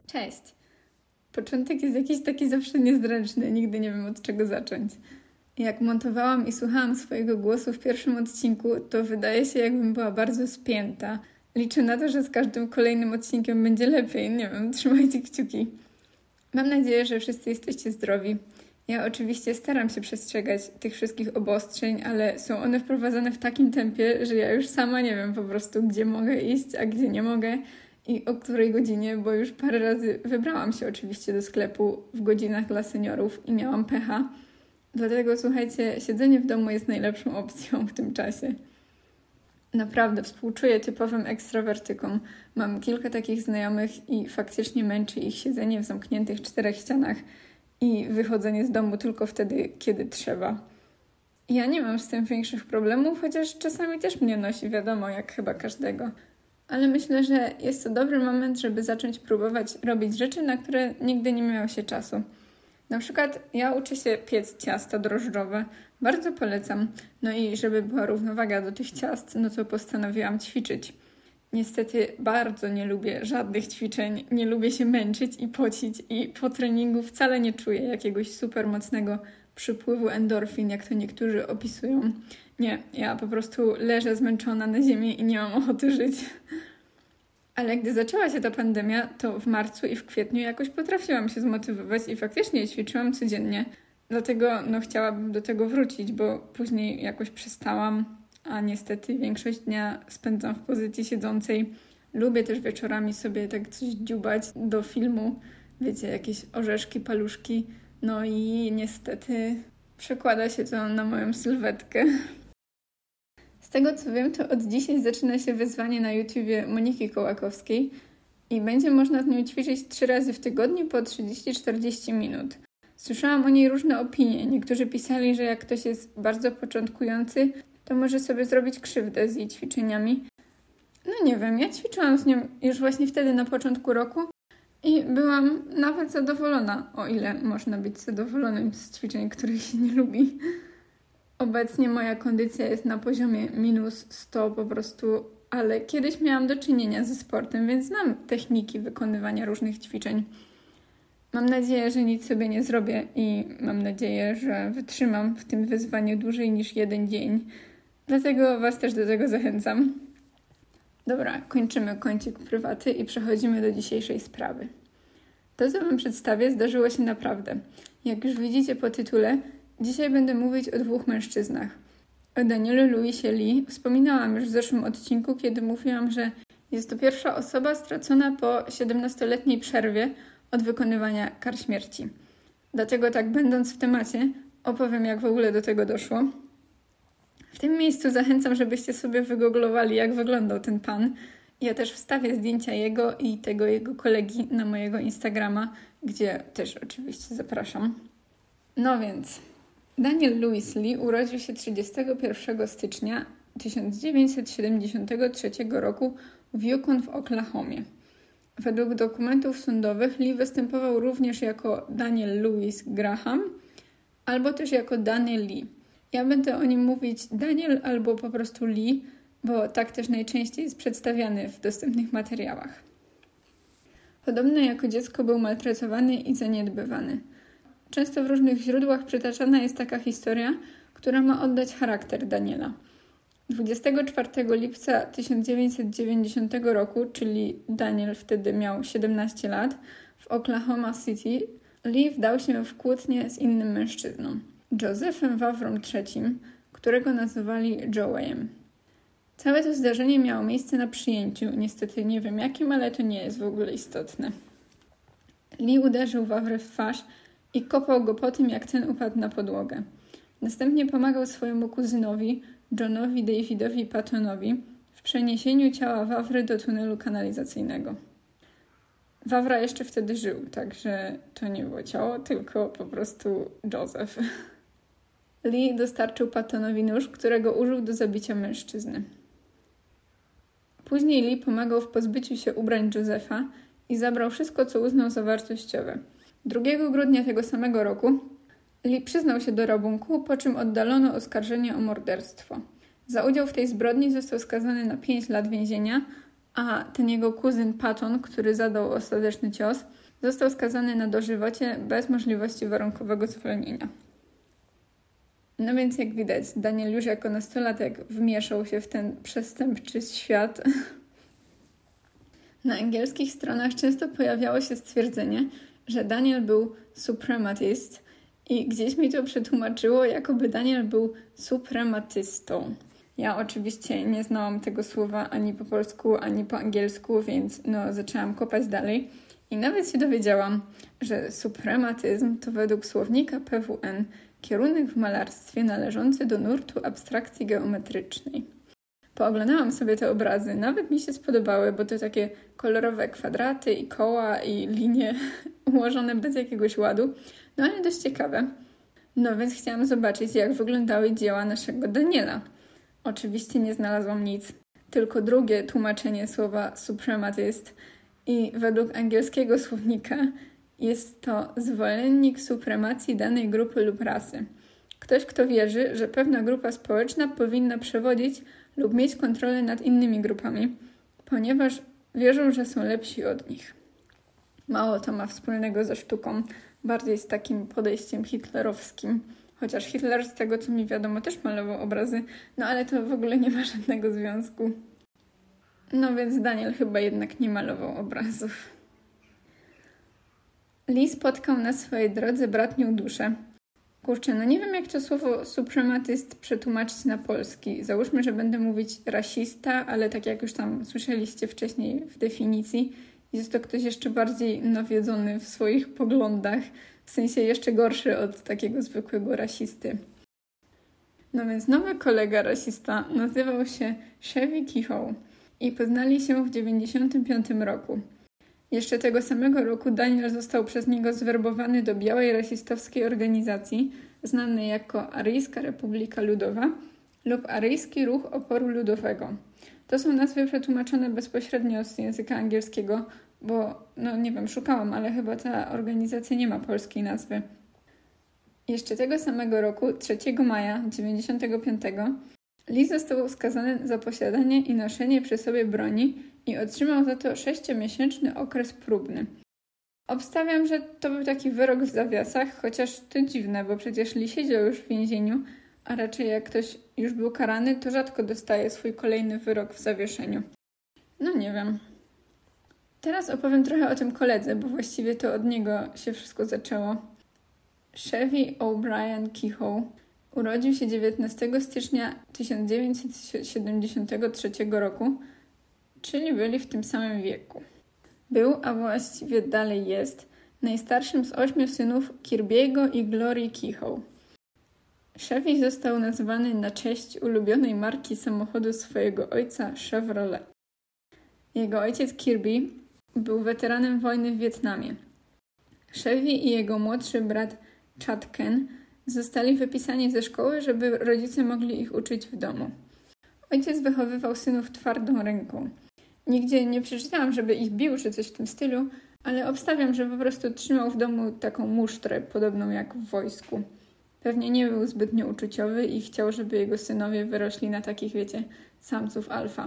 Cześć! Początek jest jakiś taki zawsze niezręczny, nigdy nie wiem od czego zacząć. Jak montowałam i słuchałam swojego głosu w pierwszym odcinku, to wydaje się, jakbym była bardzo spięta. Liczę na to, że z każdym kolejnym odcinkiem będzie lepiej, nie wiem, trzymajcie kciuki. Mam nadzieję, że wszyscy jesteście zdrowi. Ja oczywiście staram się przestrzegać tych wszystkich obostrzeń, ale są one wprowadzane w takim tempie, że ja już sama nie wiem po prostu, gdzie mogę iść, a gdzie nie mogę i o której godzinie, bo już parę razy wybrałam się oczywiście do sklepu w godzinach dla seniorów i miałam pecha. Dlatego słuchajcie, siedzenie w domu jest najlepszą opcją w tym czasie. Naprawdę współczuję typowym ekstrawertykom. Mam kilka takich znajomych i faktycznie męczy ich siedzenie w zamkniętych 4 ścianach i wychodzenie z domu tylko wtedy, kiedy trzeba. Ja nie mam z tym większych problemów, chociaż czasami też mnie nosi, wiadomo, jak chyba każdego. Ale myślę, że jest to dobry moment, żeby zacząć próbować robić rzeczy, na które nigdy nie miało się czasu. Na przykład ja uczę się piec ciasta drożdżowe. Bardzo polecam. No i żeby była równowaga do tych ciast, no to postanowiłam ćwiczyć. Niestety bardzo nie lubię żadnych ćwiczeń, nie lubię się męczyć i pocić i po treningu wcale nie czuję jakiegoś super mocnego przypływu endorfin, jak to niektórzy opisują. Nie, ja po prostu leżę zmęczona na ziemi i nie mam ochoty żyć. Ale gdy zaczęła się ta pandemia, to w marcu i w kwietniu jakoś potrafiłam się zmotywować i faktycznie ćwiczyłam codziennie. Dlatego chciałabym do tego wrócić, bo później jakoś przestałam, a niestety większość dnia spędzam w pozycji siedzącej. Lubię też wieczorami sobie tak coś dziubać do filmu, wiecie, jakieś orzeszki, paluszki. No i niestety przekłada się to na moją sylwetkę. Z tego co wiem, to od dzisiaj zaczyna się wyzwanie na YouTubie Moniki Kołakowskiej i będzie można z nią ćwiczyć 3 razy w tygodniu po 30-40 minut. Słyszałam o niej różne opinie. Niektórzy pisali, że jak ktoś jest bardzo początkujący, to może sobie zrobić krzywdę z jej ćwiczeniami. No nie wiem, ja ćwiczyłam z nią już właśnie wtedy na początku roku i byłam nawet zadowolona, o ile można być zadowolonym z ćwiczeń, których się nie lubi. Obecnie moja kondycja jest na poziomie -100 po prostu, ale kiedyś miałam do czynienia ze sportem, więc znam techniki wykonywania różnych ćwiczeń. Mam nadzieję, że nic sobie nie zrobię i mam nadzieję, że wytrzymam w tym wyzwaniu dłużej niż 1 dzień. Dlatego Was też do tego zachęcam. Dobra, kończymy kącik prywaty i przechodzimy do dzisiejszej sprawy. To, co Wam przedstawię, zdarzyło się naprawdę. Jak już widzicie po tytule, dzisiaj będę mówić o 2 mężczyznach. O Danielu Lewisie Lee wspominałam już w zeszłym odcinku, kiedy mówiłam, że jest to pierwsza osoba stracona po 17-letniej przerwie od wykonywania kar śmierci. Dlatego tak, będąc w temacie, opowiem, jak w ogóle do tego doszło. W tym miejscu zachęcam, żebyście sobie wygooglowali, jak wyglądał ten pan. Ja też wstawię zdjęcia jego i tego jego kolegi na mojego Instagrama, gdzie też oczywiście zapraszam. No więc, Daniel Lewis Lee urodził się 31 stycznia 1973 roku w Yukon w Oklahomie. Według dokumentów sądowych Lee występował również jako Daniel Lewis Graham albo też jako Daniel Lee. Ja będę o nim mówić Daniel albo po prostu Lee, bo tak też najczęściej jest przedstawiany w dostępnych materiałach. Podobno jako dziecko był maltretowany i zaniedbywany. Często w różnych źródłach przytaczana jest taka historia, która ma oddać charakter Daniela. 24 lipca 1990 roku, czyli Daniel wtedy miał 17 lat, w Oklahoma City, Lee wdał się w kłótnię z innym mężczyzną, Josephem Wawrą III, którego nazywali Joeyem. Całe to zdarzenie miało miejsce na przyjęciu, niestety nie wiem jakim, ale to nie jest w ogóle istotne. Lee uderzył Wawrę w twarz i kopał go po tym, jak ten upadł na podłogę. Następnie pomagał swojemu kuzynowi, Johnowi Davidowi Pattonowi, w przeniesieniu ciała Wawry do tunelu kanalizacyjnego. Wawra jeszcze wtedy żył, także to nie było ciało, tylko po prostu Joseph. Lee dostarczył Pattonowi nóż, którego użył do zabicia mężczyzny. Później Lee pomagał w pozbyciu się ubrań Josepha i zabrał wszystko, co uznał za wartościowe. 2 grudnia tego samego roku Lee przyznał się do rabunku, po czym oddalono oskarżenie o morderstwo. Za udział w tej zbrodni został skazany na 5 lat więzienia, a ten jego kuzyn Patton, który zadał ostateczny cios, został skazany na dożywocie bez możliwości warunkowego zwolnienia. No więc jak widać, Daniel już jako nastolatek wmieszał się w ten przestępczy świat. Na angielskich stronach często pojawiało się stwierdzenie, że Daniel był suprematist i gdzieś mi to przetłumaczyło, jakoby Daniel był suprematystą. Ja oczywiście nie znałam tego słowa ani po polsku, ani po angielsku, więc zaczęłam kopać dalej i nawet się dowiedziałam, że suprematyzm to według słownika PWN kierunek w malarstwie należący do nurtu abstrakcji geometrycznej. Pooglądałam sobie te obrazy, nawet mi się spodobały, bo to takie kolorowe kwadraty i koła i linie ułożone bez jakiegoś ładu, ale dość ciekawe. Więc chciałam zobaczyć, jak wyglądały dzieła naszego Daniela. Oczywiście nie znalazłam nic, tylko drugie tłumaczenie słowa suprematist i według angielskiego słownika jest to zwolennik supremacji danej grupy lub rasy. Ktoś, kto wierzy, że pewna grupa społeczna powinna przewodzić lub mieć kontrolę nad innymi grupami, ponieważ wierzą, że są lepsi od nich. Mało to ma wspólnego ze sztuką, bardziej z takim podejściem hitlerowskim. Chociaż Hitler, z tego co mi wiadomo, też malował obrazy, ale to w ogóle nie ma żadnego związku. Więc Daniel chyba jednak nie malował obrazów. Lee spotkał na swojej drodze bratnią duszę. Nie wiem jak to słowo suprematyst przetłumaczyć na polski. Załóżmy, że będę mówić rasista, ale tak jak już tam słyszeliście wcześniej w definicji, jest to ktoś jeszcze bardziej nawiedzony w swoich poglądach, w sensie jeszcze gorszy od takiego zwykłego rasisty. Więc nowy kolega rasista nazywał się Chevy Kehoe i poznali się w 1995 roku. Jeszcze tego samego roku Daniel został przez niego zwerbowany do białej rasistowskiej organizacji, znanej jako Aryjska Republika Ludowa lub Aryjski Ruch Oporu Ludowego. To są nazwy przetłumaczone bezpośrednio z języka angielskiego, bo, nie wiem, szukałam, ale chyba ta organizacja nie ma polskiej nazwy. Jeszcze tego samego roku, 3 maja 1995, Lee został skazany za posiadanie i noszenie przy sobie broni i otrzymał za to 6-miesięczny okres próbny. Obstawiam, że to był taki wyrok w zawiasach, chociaż to dziwne, bo przecież Lee siedział już w więzieniu, a raczej jak ktoś już był karany, to rzadko dostaje swój kolejny wyrok w zawieszeniu. Nie wiem. Teraz opowiem trochę o tym koledze, bo właściwie to od niego się wszystko zaczęło. Chevy O'Brien Kehoe urodził się 19 stycznia 1973 roku, czyli byli w tym samym wieku. Był, a właściwie dalej jest, najstarszym z 8 synów Kirby'ego i Glory Kehoe. Chevy został nazwany na cześć ulubionej marki samochodu swojego ojca Chevrolet. Jego ojciec Kirby był weteranem wojny w Wietnamie. Chevy i jego młodszy brat Chad Ken zostali wypisani ze szkoły, żeby rodzice mogli ich uczyć w domu. Ojciec wychowywał synów twardą ręką. Nigdzie nie przeczytałam, żeby ich bił czy coś w tym stylu, ale obstawiam, że po prostu trzymał w domu taką musztrę, podobną jak w wojsku. Pewnie nie był zbytnio uczuciowy i chciał, żeby jego synowie wyrośli na takich, samców alfa.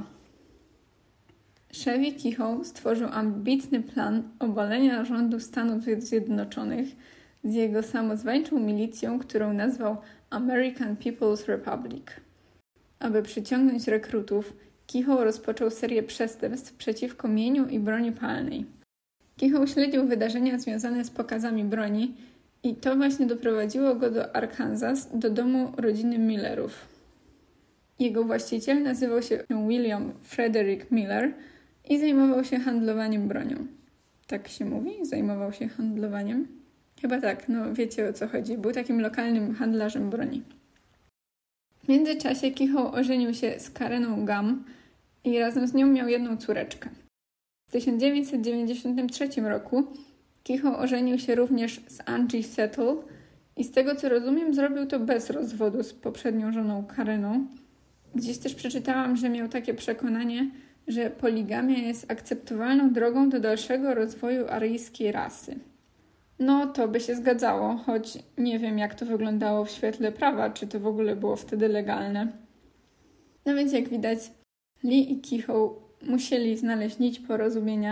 Chevy Kehoe stworzył ambitny plan obalenia rządu Stanów Zjednoczonych z jego samozwańczą milicją, którą nazwał American People's Republic. Aby przyciągnąć rekrutów, Kehoe rozpoczął serię przestępstw przeciwko mieniu i broni palnej. Kehoe śledził wydarzenia związane z pokazami broni i to właśnie doprowadziło go do Arkansas, do domu rodziny Millerów. Jego właściciel nazywał się William Frederick Miller i zajmował się handlowaniem bronią. Tak się mówi? Zajmował się handlowaniem? Chyba tak, wiecie o co chodzi. Był takim lokalnym handlarzem broni. W międzyczasie Kehoe ożenił się z Kareną Gum i razem z nią miał jedną córeczkę. W 1993 roku Kehoe ożenił się również z Angie Settle i z tego co rozumiem zrobił to bez rozwodu z poprzednią żoną Kareną. Gdzieś też przeczytałam, że miał takie przekonanie, że poligamia jest akceptowalną drogą do dalszego rozwoju aryjskiej rasy. To by się zgadzało, choć nie wiem jak to wyglądało w świetle prawa, czy to w ogóle było wtedy legalne. Więc jak widać, Lee i Kehoe musieli znaleźć nić porozumienia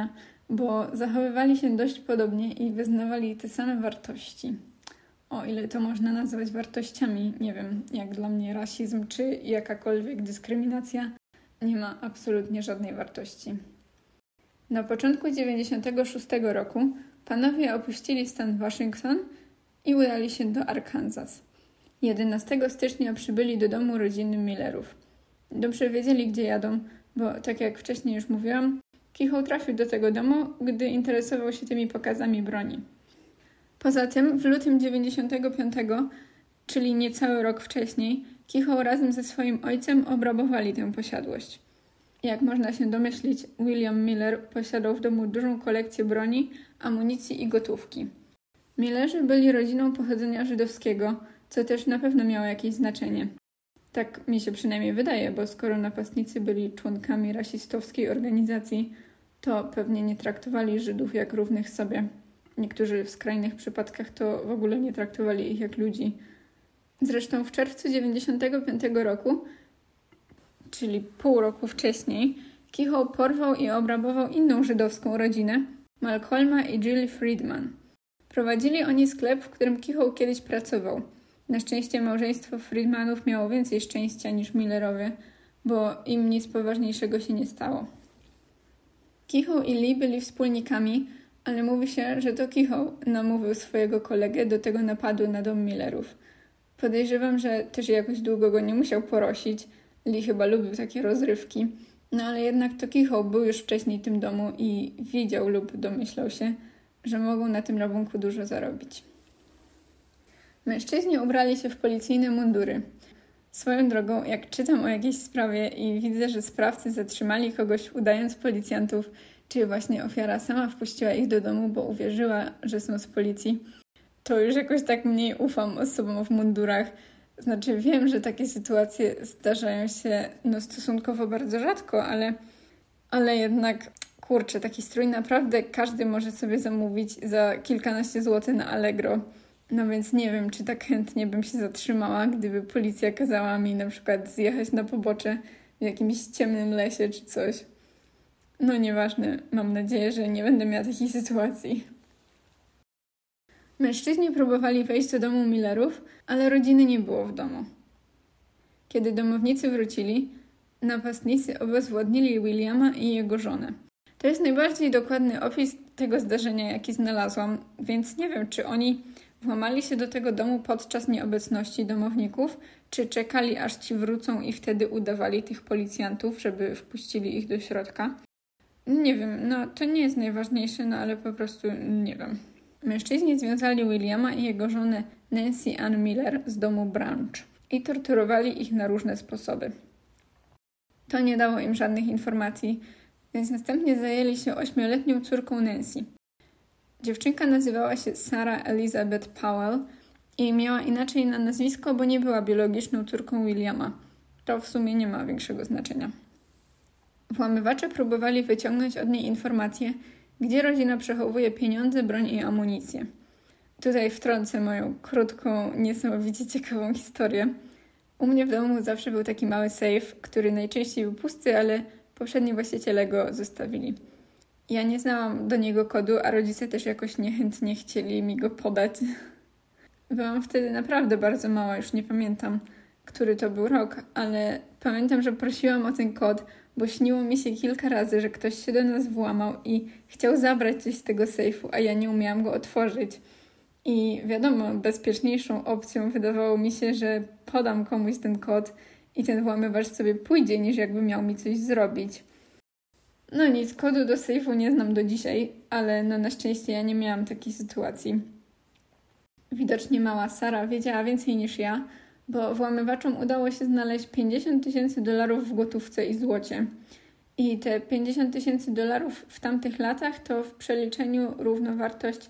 bo zachowywali się dość podobnie i wyznawali te same wartości. O ile to można nazwać wartościami, nie wiem, jak dla mnie rasizm czy jakakolwiek dyskryminacja nie ma absolutnie żadnej wartości. Na początku 1996 roku panowie opuścili stan Waszyngton i udali się do Arkansas. 11 stycznia przybyli do domu rodziny Millerów. Dobrze wiedzieli, gdzie jadą, bo tak jak wcześniej już mówiłam, Kehoe trafił do tego domu, gdy interesował się tymi pokazami broni. Poza tym w lutym 95, czyli niecały rok wcześniej, Kehoe razem ze swoim ojcem obrabowali tę posiadłość. Jak można się domyślić, William Miller posiadał w domu dużą kolekcję broni, amunicji i gotówki. Millerzy byli rodziną pochodzenia żydowskiego, co też na pewno miało jakieś znaczenie. Tak mi się przynajmniej wydaje, bo skoro napastnicy byli członkami rasistowskiej organizacji, to pewnie nie traktowali Żydów jak równych sobie. Niektórzy w skrajnych przypadkach to w ogóle nie traktowali ich jak ludzi. Zresztą w czerwcu 1995 roku, czyli pół roku wcześniej, Kehoe porwał i obrabował inną żydowską rodzinę, Malcolma i Jill Friedman. Prowadzili oni sklep, w którym Kehoe kiedyś pracował. Na szczęście małżeństwo Friedmanów miało więcej szczęścia niż Millerowie, bo im nic poważniejszego się nie stało. Kehoe i Lee byli wspólnikami, ale mówi się, że to Kehoe namówił swojego kolegę do tego napadu na dom Millerów. Podejrzewam, że też jakoś długo go nie musiał porosić. Lee chyba lubił takie rozrywki. No ale jednak to Kehoe był już wcześniej w tym domu i widział lub domyślał się, że mogą na tym rabunku dużo zarobić. Mężczyźni ubrali się w policyjne mundury. Swoją drogą, jak czytam o jakiejś sprawie i widzę, że sprawcy zatrzymali kogoś udając policjantów, czy właśnie ofiara sama wpuściła ich do domu, bo uwierzyła, że są z policji, to już jakoś tak mniej ufam osobom w mundurach. Znaczy wiem, że takie sytuacje zdarzają się stosunkowo bardzo rzadko, ale jednak, kurczę, taki strój naprawdę każdy może sobie zamówić za kilkanaście złotych na Allegro. No więc nie wiem, czy tak chętnie bym się zatrzymała, gdyby policja kazała mi na przykład zjechać na pobocze w jakimś ciemnym lesie czy coś. No nieważne, mam nadzieję, że nie będę miała takiej sytuacji. Mężczyźni próbowali wejść do domu Millerów, ale rodziny nie było w domu. Kiedy domownicy wrócili, napastnicy obezwładnili Williama i jego żonę. To jest najbardziej dokładny opis tego zdarzenia, jaki znalazłam, więc nie wiem, czy oni włamali się do tego domu podczas nieobecności domowników, czy czekali, aż ci wrócą i wtedy udawali tych policjantów, żeby wpuścili ich do środka. Nie wiem, to nie jest najważniejsze, ale po prostu nie wiem. Mężczyźni związali Williama i jego żonę Nancy Ann Miller z domu Branch i torturowali ich na różne sposoby. To nie dało im żadnych informacji, więc następnie zajęli się 8-letnią córką Nancy. Dziewczynka nazywała się Sarah Elizabeth Powell i miała inaczej na nazwisko, bo nie była biologiczną córką Williama. To w sumie nie ma większego znaczenia. Włamywacze próbowali wyciągnąć od niej informacje, gdzie rodzina przechowuje pieniądze, broń i amunicję. Tutaj wtrącę moją krótką, niesamowicie ciekawą historię. U mnie w domu zawsze był taki mały safe, który najczęściej był pusty, ale poprzedni właściciele go zostawili. Ja nie znałam do niego kodu, a rodzice też jakoś niechętnie chcieli mi go podać. Byłam wtedy naprawdę bardzo mała, już nie pamiętam, który to był rok, ale pamiętam, że prosiłam o ten kod, bo śniło mi się kilka razy, że ktoś się do nas włamał i chciał zabrać coś z tego sejfu, a ja nie umiałam go otworzyć. I wiadomo, bezpieczniejszą opcją wydawało mi się, że podam komuś ten kod i ten włamywacz sobie pójdzie, niż jakby miał mi coś zrobić. No nic, kodu do sejfu nie znam do dzisiaj, ale na szczęście ja nie miałam takiej sytuacji. Widocznie mała Sara wiedziała więcej niż ja, bo włamywaczom udało się znaleźć $50,000 w gotówce i złocie. I te $50,000 w tamtych latach to w przeliczeniu równowartość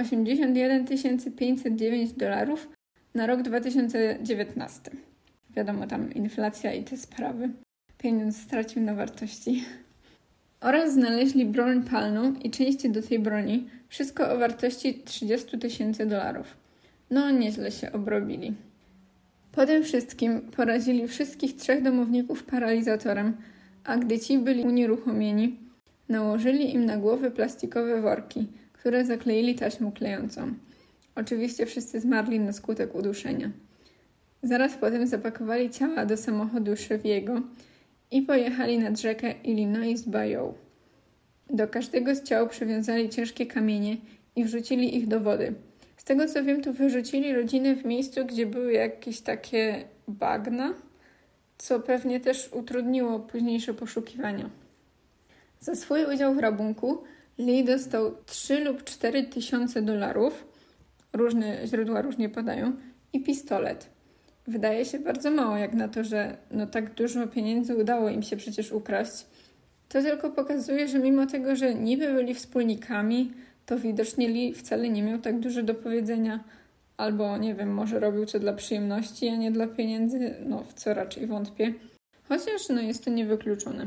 $81,509 na rok 2019. Wiadomo, tam inflacja i te sprawy. Pieniądz stracił na wartości. Oraz znaleźli broń palną i części do tej broni, wszystko o wartości $30,000. No, nieźle się obrobili. Po tym wszystkim porazili wszystkich 3 domowników paralizatorem, a gdy ci byli unieruchomieni, Nałożyli im na głowy plastikowe worki, które zakleili taśmą klejącą. Oczywiście wszyscy zmarli na skutek uduszenia. Zaraz potem zapakowali ciała do samochodu Chevy'ego i pojechali nad rzekę Illinois Bayou. Do każdego z ciał przywiązali ciężkie kamienie i wrzucili ich do wody. Z tego co wiem, to wyrzucili rodziny w miejscu, gdzie były jakieś takie bagna, co pewnie też utrudniło późniejsze poszukiwania. Za swój udział w rabunku Lee dostał 3 lub 4 tysiące dolarów, różne źródła różnie podają, i pistolet. Wydaje się bardzo mało jak na to, że tak dużo pieniędzy udało im się przecież ukraść. To tylko pokazuje, że mimo tego, że niby byli wspólnikami, to widocznie Lee wcale nie miał tak dużo do powiedzenia. Albo, nie wiem, może robił to dla przyjemności, a nie dla pieniędzy, w co raczej wątpię. Chociaż, jest to niewykluczone.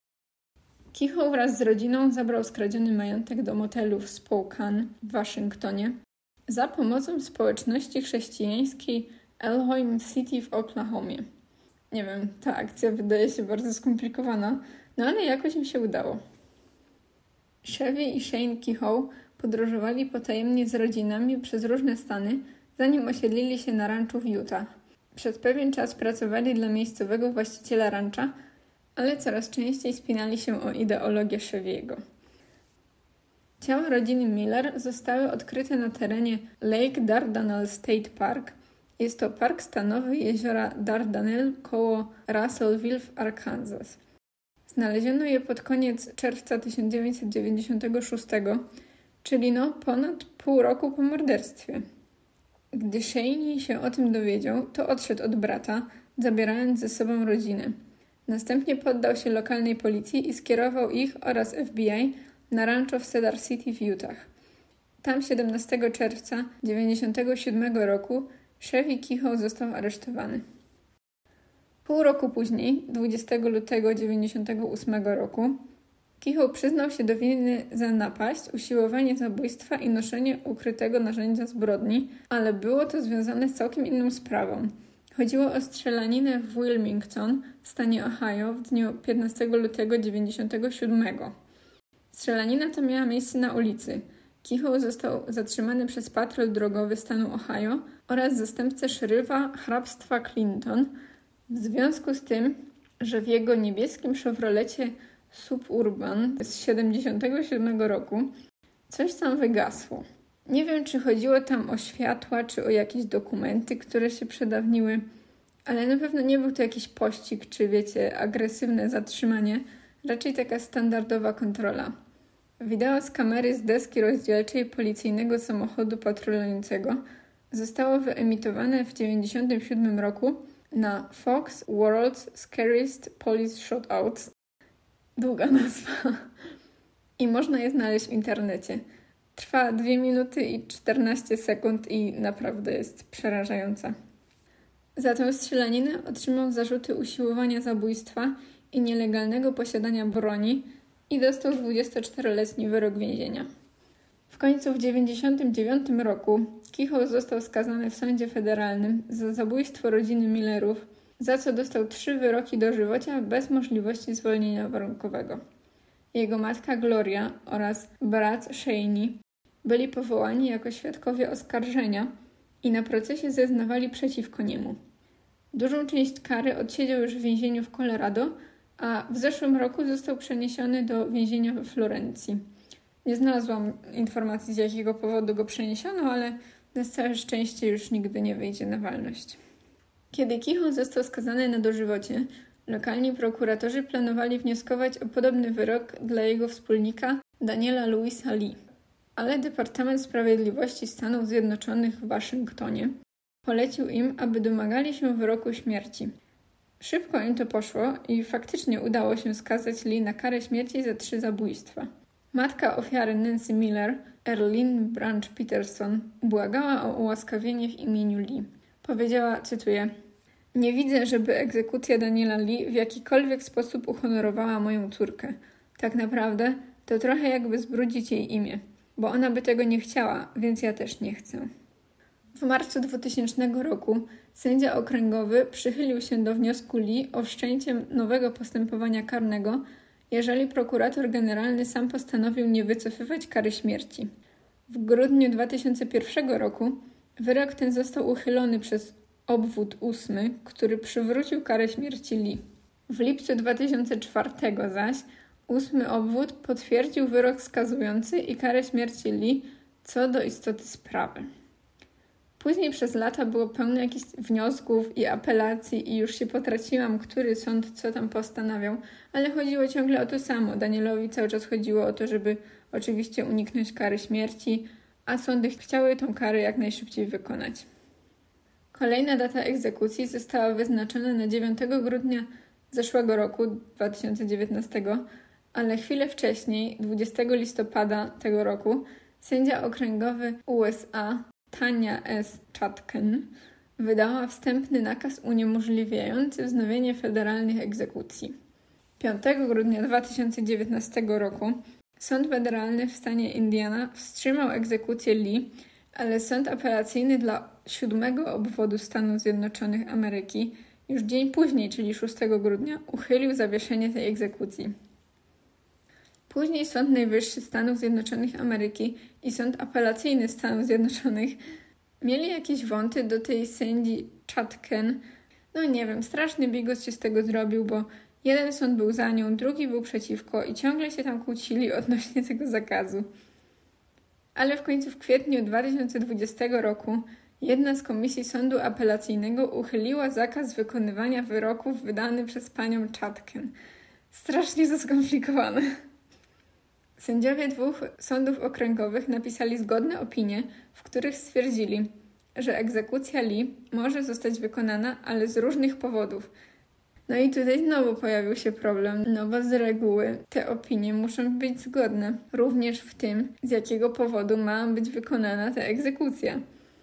Kehoe wraz z rodziną zabrał skradziony majątek do motelu w Spokane w Waszyngtonie za pomocą społeczności chrześcijańskiej Elhoim City w Oklahomie. Nie wiem, ta akcja wydaje się bardzo skomplikowana, ale jakoś im się udało. Chevy i Shane Kehoe podróżowali potajemnie z rodzinami przez różne stany, zanim osiedlili się na ranczu w Utah. Przez pewien czas pracowali dla miejscowego właściciela rancha, ale coraz częściej spinali się o ideologię Chevy'ego. Ciała rodziny Miller zostały odkryte na terenie Lake Dardanelle State Park. Jest to park stanowy jeziora Dardanelle koło Russellville w Arkansas. Znaleziono je pod koniec czerwca 1996, czyli ponad pół roku po morderstwie. Gdy Shane się o tym dowiedział, to odszedł od brata, zabierając ze sobą rodzinę. Następnie poddał się lokalnej policji i skierował ich oraz FBI na rancho w Cedar City w Utah. Tam 17 czerwca 1997 roku Chevy Kehoe został aresztowany. Pół roku później, 20 lutego 1998 roku, Kehoe przyznał się do winy za napaść, usiłowanie zabójstwa i noszenie ukrytego narzędzia zbrodni, ale było to związane z całkiem inną sprawą. Chodziło o strzelaninę w Wilmington w stanie Ohio w dniu 15 lutego 1997. Strzelanina ta miała miejsce na ulicy. Kehoe został zatrzymany przez patrol drogowy stanu Ohio oraz zastępcę szeryfa hrabstwa Clinton w związku z tym, że w jego niebieskim Chevrolecie Suburban z 1977 roku coś tam wygasło. Nie wiem, czy chodziło tam o światła, czy o jakieś dokumenty, które się przedawniły, ale na pewno nie był to jakiś pościg, czy agresywne zatrzymanie, raczej taka standardowa kontrola. Wideo z kamery z deski rozdzielczej policyjnego samochodu patrolującego zostało wyemitowane w 1997 roku na Fox World's Scariest Police Shootouts. Długa nazwa. I można je znaleźć w internecie. Trwa 2 minuty i 14 sekund i naprawdę jest przerażająca. Za tę strzelaninę otrzymał zarzuty usiłowania zabójstwa i nielegalnego posiadania broni i dostał 24-letni wyrok więzienia. W końcu w 1999 roku Kehoe został skazany w sądzie federalnym za zabójstwo rodziny Millerów, za co dostał 3 wyroki dożywocia bez możliwości zwolnienia warunkowego. Jego matka Gloria oraz brat Shane byli powołani jako świadkowie oskarżenia i na procesie zeznawali przeciwko niemu. Dużą część kary odsiedział już w więzieniu w Colorado, a w zeszłym roku został przeniesiony do więzienia we Florencji. Nie znalazłam informacji, z jakiego powodu go przeniesiono, ale na całe szczęście już nigdy nie wyjdzie na wolność. Kiedy Kehoe został skazany na dożywocie, lokalni prokuratorzy planowali wnioskować o podobny wyrok dla jego wspólnika Daniela Louisa Lee. Ale Departament Sprawiedliwości Stanów Zjednoczonych w Waszyngtonie polecił im, aby domagali się wyroku śmierci. Szybko im to poszło i faktycznie udało się skazać Lee na karę śmierci za 3 zabójstwa. Matka ofiary Nancy Miller, Earlene Branch Peterson, błagała o ułaskawienie w imieniu Lee. Powiedziała, cytuję: „Nie widzę, żeby egzekucja Daniela Lee w jakikolwiek sposób uhonorowała moją córkę. Tak naprawdę to trochę jakby zbrudzić jej imię, bo ona by tego nie chciała, więc ja też nie chcę”. W marcu 2000 roku sędzia okręgowy przychylił się do wniosku Lee o wszczęcie nowego postępowania karnego jeżeli prokurator generalny sam postanowił nie wycofywać kary śmierci. W grudniu 2001 roku wyrok ten został uchylony przez obwód 8, który przywrócił karę śmierci Lee. W lipcu 2004 zaś 8 obwód potwierdził wyrok skazujący i karę śmierci Lee co do istoty sprawy. Później przez lata było pełno jakichś wniosków i apelacji i już się potraciłam, który sąd co tam postanawiał, ale chodziło ciągle o to samo. Danielowi cały czas chodziło o to, żeby oczywiście uniknąć kary śmierci, a sądy chciały tą karę jak najszybciej wykonać. Kolejna data egzekucji została wyznaczona na 9 grudnia zeszłego roku, 2019, ale chwilę wcześniej, 20 listopada tego roku, sędzia okręgowy USA Tania S. Chutkan wydała wstępny nakaz uniemożliwiający wznowienie federalnych egzekucji. 5 grudnia 2019 roku Sąd Federalny w stanie Indiana wstrzymał egzekucję Lee, ale Sąd Apelacyjny dla 7 obwodu Stanów Zjednoczonych Ameryki już dzień później, czyli 6 grudnia, uchylił zawieszenie tej egzekucji. Później Sąd Najwyższy Stanów Zjednoczonych Ameryki i Sąd Apelacyjny Stanów Zjednoczonych mieli jakieś wąty do tej sędzi Chutkan. No nie wiem, straszny bigos się z tego zrobił, bo jeden sąd był za nią, drugi był przeciwko i ciągle się tam kłócili odnośnie tego zakazu. Ale w końcu w kwietniu 2020 roku jedna z komisji Sądu Apelacyjnego uchyliła zakaz wykonywania wyroków wydany przez panią Chutkan. Strasznie to skomplikowane. Sędziowie 2 sądów okręgowych napisali zgodne opinie, w których stwierdzili, że egzekucja Lee może zostać wykonana, ale z różnych powodów. No i tutaj znowu pojawił się problem, no bo z reguły te opinie muszą być zgodne, również w tym, z jakiego powodu ma być wykonana ta egzekucja.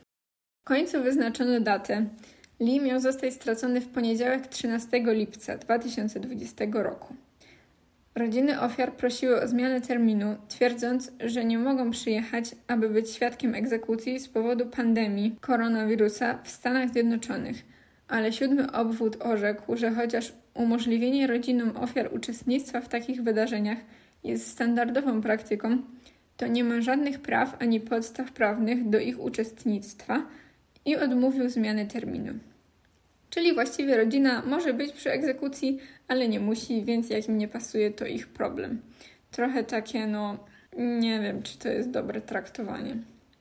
W końcu wyznaczono datę. Lee miał zostać stracony w poniedziałek 13 lipca 2020 roku. Rodziny ofiar prosiły o zmianę terminu, twierdząc, że nie mogą przyjechać, aby być świadkiem egzekucji z powodu pandemii koronawirusa w Stanach Zjednoczonych, ale 7 obwód orzekł, że chociaż umożliwienie rodzinom ofiar uczestnictwa w takich wydarzeniach jest standardową praktyką, to nie ma żadnych praw ani podstaw prawnych do ich uczestnictwa i odmówił zmiany terminu. Czyli właściwie rodzina może być przy egzekucji, ale nie musi, więc jak im nie pasuje, to ich problem. Trochę takie, nie wiem, czy to jest dobre traktowanie.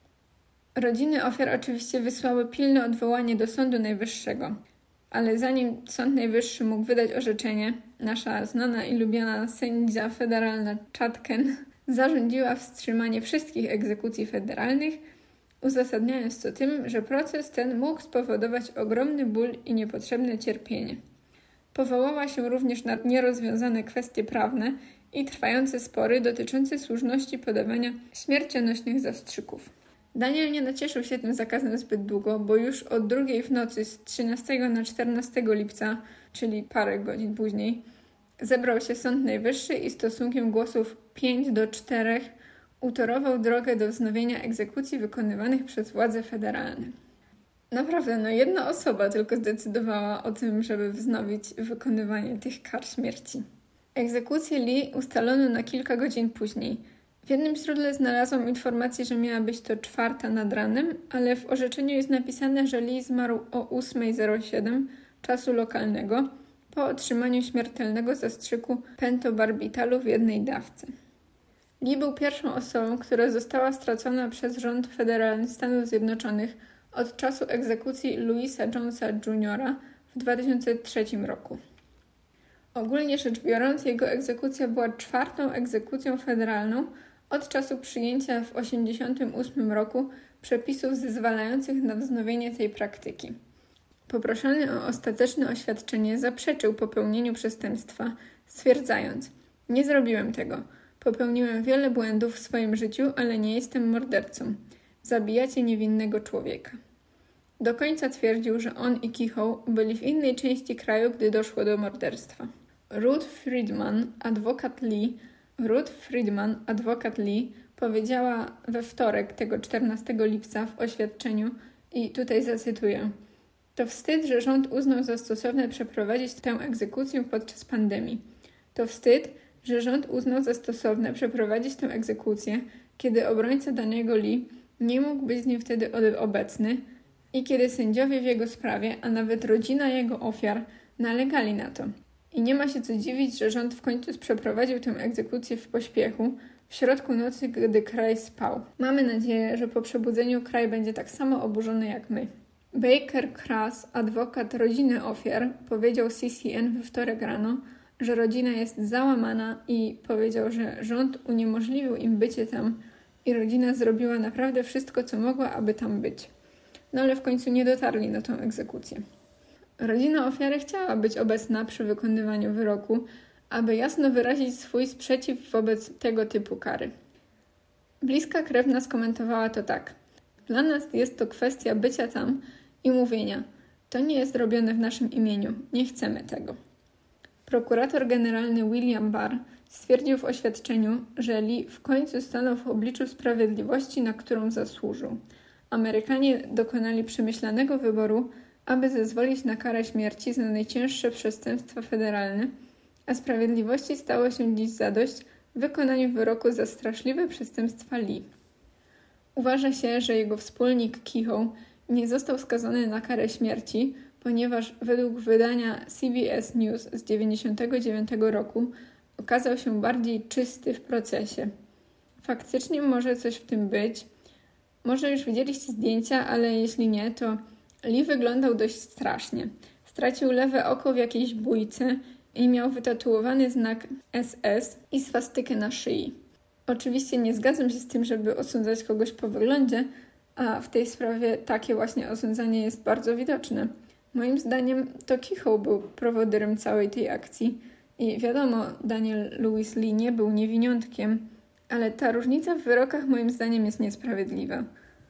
Rodziny ofiar oczywiście wysłały pilne odwołanie do Sądu Najwyższego, ale zanim Sąd Najwyższy mógł wydać orzeczenie, nasza znana i lubiana sędzia federalna Chutkan zarządziła wstrzymanie wszystkich egzekucji federalnych, uzasadniając to tym, że proces ten mógł spowodować ogromny ból i niepotrzebne cierpienie. Powołała się również na nierozwiązane kwestie prawne i trwające spory dotyczące słuszności podawania śmiercionośnych zastrzyków. Daniel nie nacieszył się tym zakazem zbyt długo, bo już od 2 w nocy z 13 na 14 lipca, czyli parę godzin później, zebrał się Sąd Najwyższy i stosunkiem głosów 5-4 utorował drogę do wznowienia egzekucji wykonywanych przez władze federalne. Naprawdę, jedna osoba tylko zdecydowała o tym, żeby wznowić wykonywanie tych kar śmierci. Egzekucję Lee ustalono na kilka godzin później. W jednym źródle znalazłam informację, że miała być to 4 nad ranem, ale w orzeczeniu jest napisane, że Lee zmarł o 8:07 czasu lokalnego po otrzymaniu śmiertelnego zastrzyku pentobarbitalu w jednej dawce. Lee był pierwszą osobą, która została stracona przez rząd federalny Stanów Zjednoczonych od czasu egzekucji Louisa Jonesa Jr. w 2003 roku. Ogólnie rzecz biorąc, jego egzekucja była 4. egzekucją federalną od czasu przyjęcia w 1988 roku przepisów zezwalających na wznowienie tej praktyki. Poproszony o ostateczne oświadczenie zaprzeczył popełnieniu przestępstwa, stwierdzając: nie zrobiłem tego. Popełniłem wiele błędów w swoim życiu, ale nie jestem mordercą. Zabijacie niewinnego człowieka. Do końca twierdził, że on i Kehoe byli w innej części kraju, gdy doszło do morderstwa. Ruth Friedman, adwokat Lee, powiedziała we wtorek, tego 14 lipca w oświadczeniu, i tutaj zacytuję: to wstyd, że rząd uznał za stosowne przeprowadzić tę egzekucję podczas pandemii. To wstyd, że rząd uznał za stosowne przeprowadzić tę egzekucję, kiedy obrońca Daniego Lee nie mógł być z nim wtedy obecny i kiedy sędziowie w jego sprawie, a nawet rodzina jego ofiar, nalegali na to. I nie ma się co dziwić, że rząd w końcu przeprowadził tę egzekucję w pośpiechu, w środku nocy, gdy kraj spał. Mamy nadzieję, że po przebudzeniu kraj będzie tak samo oburzony jak my. Baker Crass, adwokat rodziny ofiar, powiedział CCN we wtorek rano, że rodzina jest załamana i powiedział, że rząd uniemożliwił im bycie tam i rodzina zrobiła naprawdę wszystko, co mogła, aby tam być. No ale w końcu nie dotarli na tę egzekucję. Rodzina ofiary chciała być obecna przy wykonywaniu wyroku, aby jasno wyrazić swój sprzeciw wobec tego typu kary. Bliska krewna skomentowała to tak. Dla nas jest to kwestia bycia tam i mówienia. To nie jest robione w naszym imieniu. Nie chcemy tego. Prokurator generalny William Barr stwierdził w oświadczeniu, że Lee w końcu stanął w obliczu sprawiedliwości, na którą zasłużył. Amerykanie dokonali przemyślanego wyboru, aby zezwolić na karę śmierci za najcięższe przestępstwa federalne, a sprawiedliwości stało się dziś zadość w wykonaniu wyroku za straszliwe przestępstwa Lee. Uważa się, że jego wspólnik Kehoe nie został skazany na karę śmierci, ponieważ według wydania CBS News z 1999 roku okazał się bardziej czysty w procesie. Faktycznie może coś w tym być. Może już widzieliście zdjęcia, ale jeśli nie, to Lee wyglądał dość strasznie. Stracił lewe oko w jakiejś bójce i miał wytatuowany znak SS i swastykę na szyi. Oczywiście nie zgadzam się z tym, żeby osądzać kogoś po wyglądzie, a w tej sprawie takie właśnie osądzanie jest bardzo widoczne. Moim zdaniem to Kehoe był prowodyrem całej tej akcji i wiadomo, Daniel Lewis Lee nie był niewiniątkiem, ale ta różnica w wyrokach moim zdaniem jest niesprawiedliwa.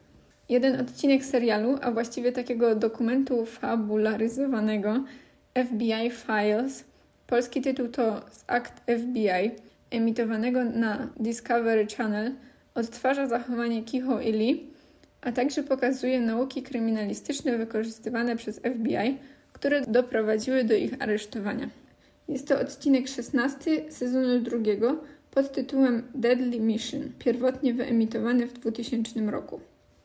Jeden odcinek serialu, a właściwie takiego dokumentu fabularyzowanego FBI Files, polski tytuł to Z akt FBI, emitowanego na Discovery Channel, odtwarza zachowanie Kehoe i Lee, a także pokazuje nauki kryminalistyczne wykorzystywane przez FBI, które doprowadziły do ich aresztowania. Jest to odcinek 16 sezonu 2 pod tytułem Deadly Mission, pierwotnie wyemitowany w 2000 roku.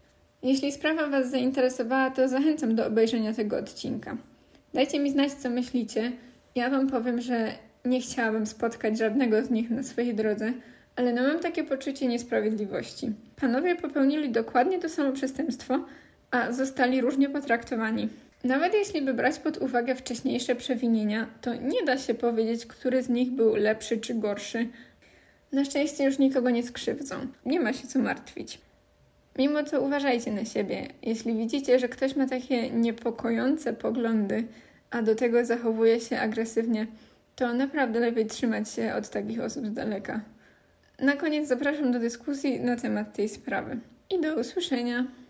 Jeśli sprawa Was zainteresowała, to zachęcam do obejrzenia tego odcinka. Dajcie mi znać, co myślicie. Ja Wam powiem, że nie chciałabym spotkać żadnego z nich na swojej drodze, ale mam takie poczucie niesprawiedliwości. Panowie popełnili dokładnie to samo przestępstwo, a zostali różnie potraktowani. Nawet jeśli by brać pod uwagę wcześniejsze przewinienia, to nie da się powiedzieć, który z nich był lepszy czy gorszy. Na szczęście już nikogo nie skrzywdzą. Nie ma się co martwić. Mimo to uważajcie na siebie. Jeśli widzicie, że ktoś ma takie niepokojące poglądy, a do tego zachowuje się agresywnie, to naprawdę lepiej trzymać się od takich osób z daleka. Na koniec zapraszam do dyskusji na temat tej sprawy. I do usłyszenia.